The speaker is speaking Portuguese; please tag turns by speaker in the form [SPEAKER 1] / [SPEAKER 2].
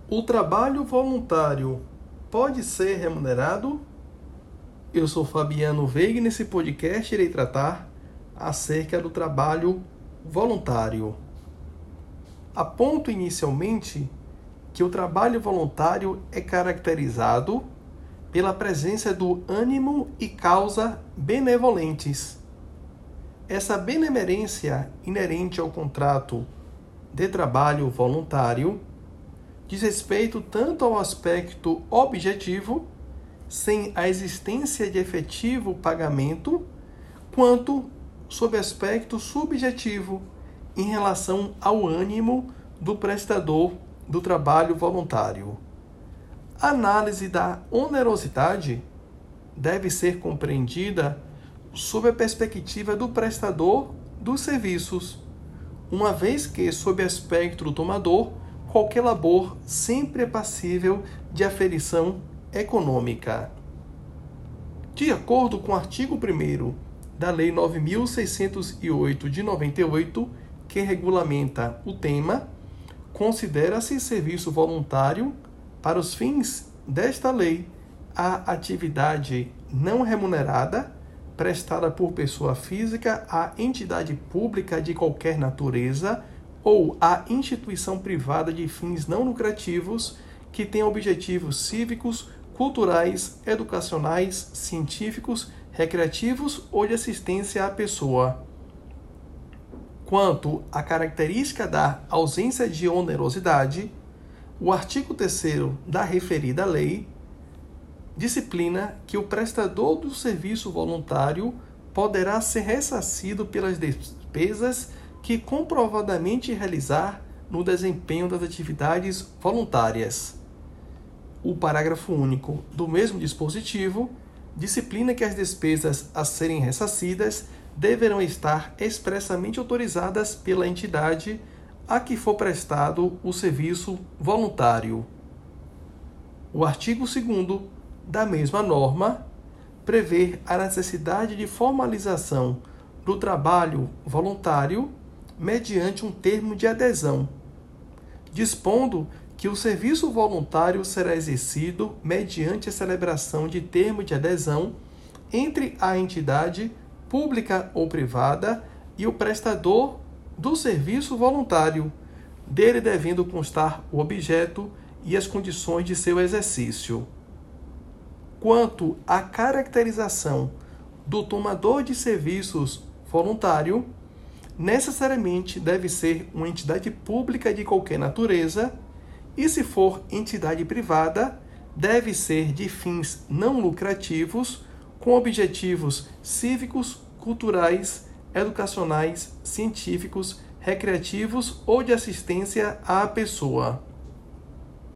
[SPEAKER 1] O trabalho voluntário pode ser remunerado? Eu sou Fabiano Veiga e nesse podcast irei tratar acerca do trabalho voluntário. Aponto inicialmente que o trabalho voluntário é caracterizado pela presença do ânimo e causa benevolentes. Essa benemerência inerente ao contrato de trabalho voluntário diz respeito tanto ao aspecto objetivo, sem a existência de efetivo pagamento, quanto sob aspecto subjetivo, em relação ao ânimo do prestador do trabalho voluntário. A análise da onerosidade deve ser compreendida sob a perspectiva do prestador dos serviços, uma vez que, sob aspecto do tomador, qualquer labor sempre é passível de aferição econômica. De acordo com o artigo 1º da Lei 9.608 de 98, que regulamenta o tema, considera-se serviço voluntário, para os fins desta lei, a atividade não remunerada prestada por pessoa física a entidade pública de qualquer natureza ou a instituição privada de fins não lucrativos que tenha objetivos cívicos, culturais, educacionais, científicos, recreativos ou de assistência à pessoa. Quanto à característica da ausência de onerosidade, o artigo 3º da referida lei disciplina que o prestador do serviço voluntário poderá ser ressarcido pelas despesas que comprovadamente realizar no desempenho das atividades voluntárias. O parágrafo único do mesmo dispositivo disciplina que as despesas a serem ressarcidas deverão estar expressamente autorizadas pela entidade a que for prestado o serviço voluntário. O artigo 2º da mesma norma prevê a necessidade de formalização do trabalho voluntário mediante um termo de adesão, dispondo que o serviço voluntário será exercido mediante a celebração de termo de adesão entre a entidade pública ou privada e o prestador do serviço voluntário, dele devendo constar o objeto e as condições de seu exercício. Quanto à caracterização do tomador de serviços voluntário, necessariamente deve ser uma entidade pública de qualquer natureza e, se for entidade privada, deve ser de fins não lucrativos, com objetivos cívicos, culturais, educacionais, científicos, recreativos ou de assistência à pessoa.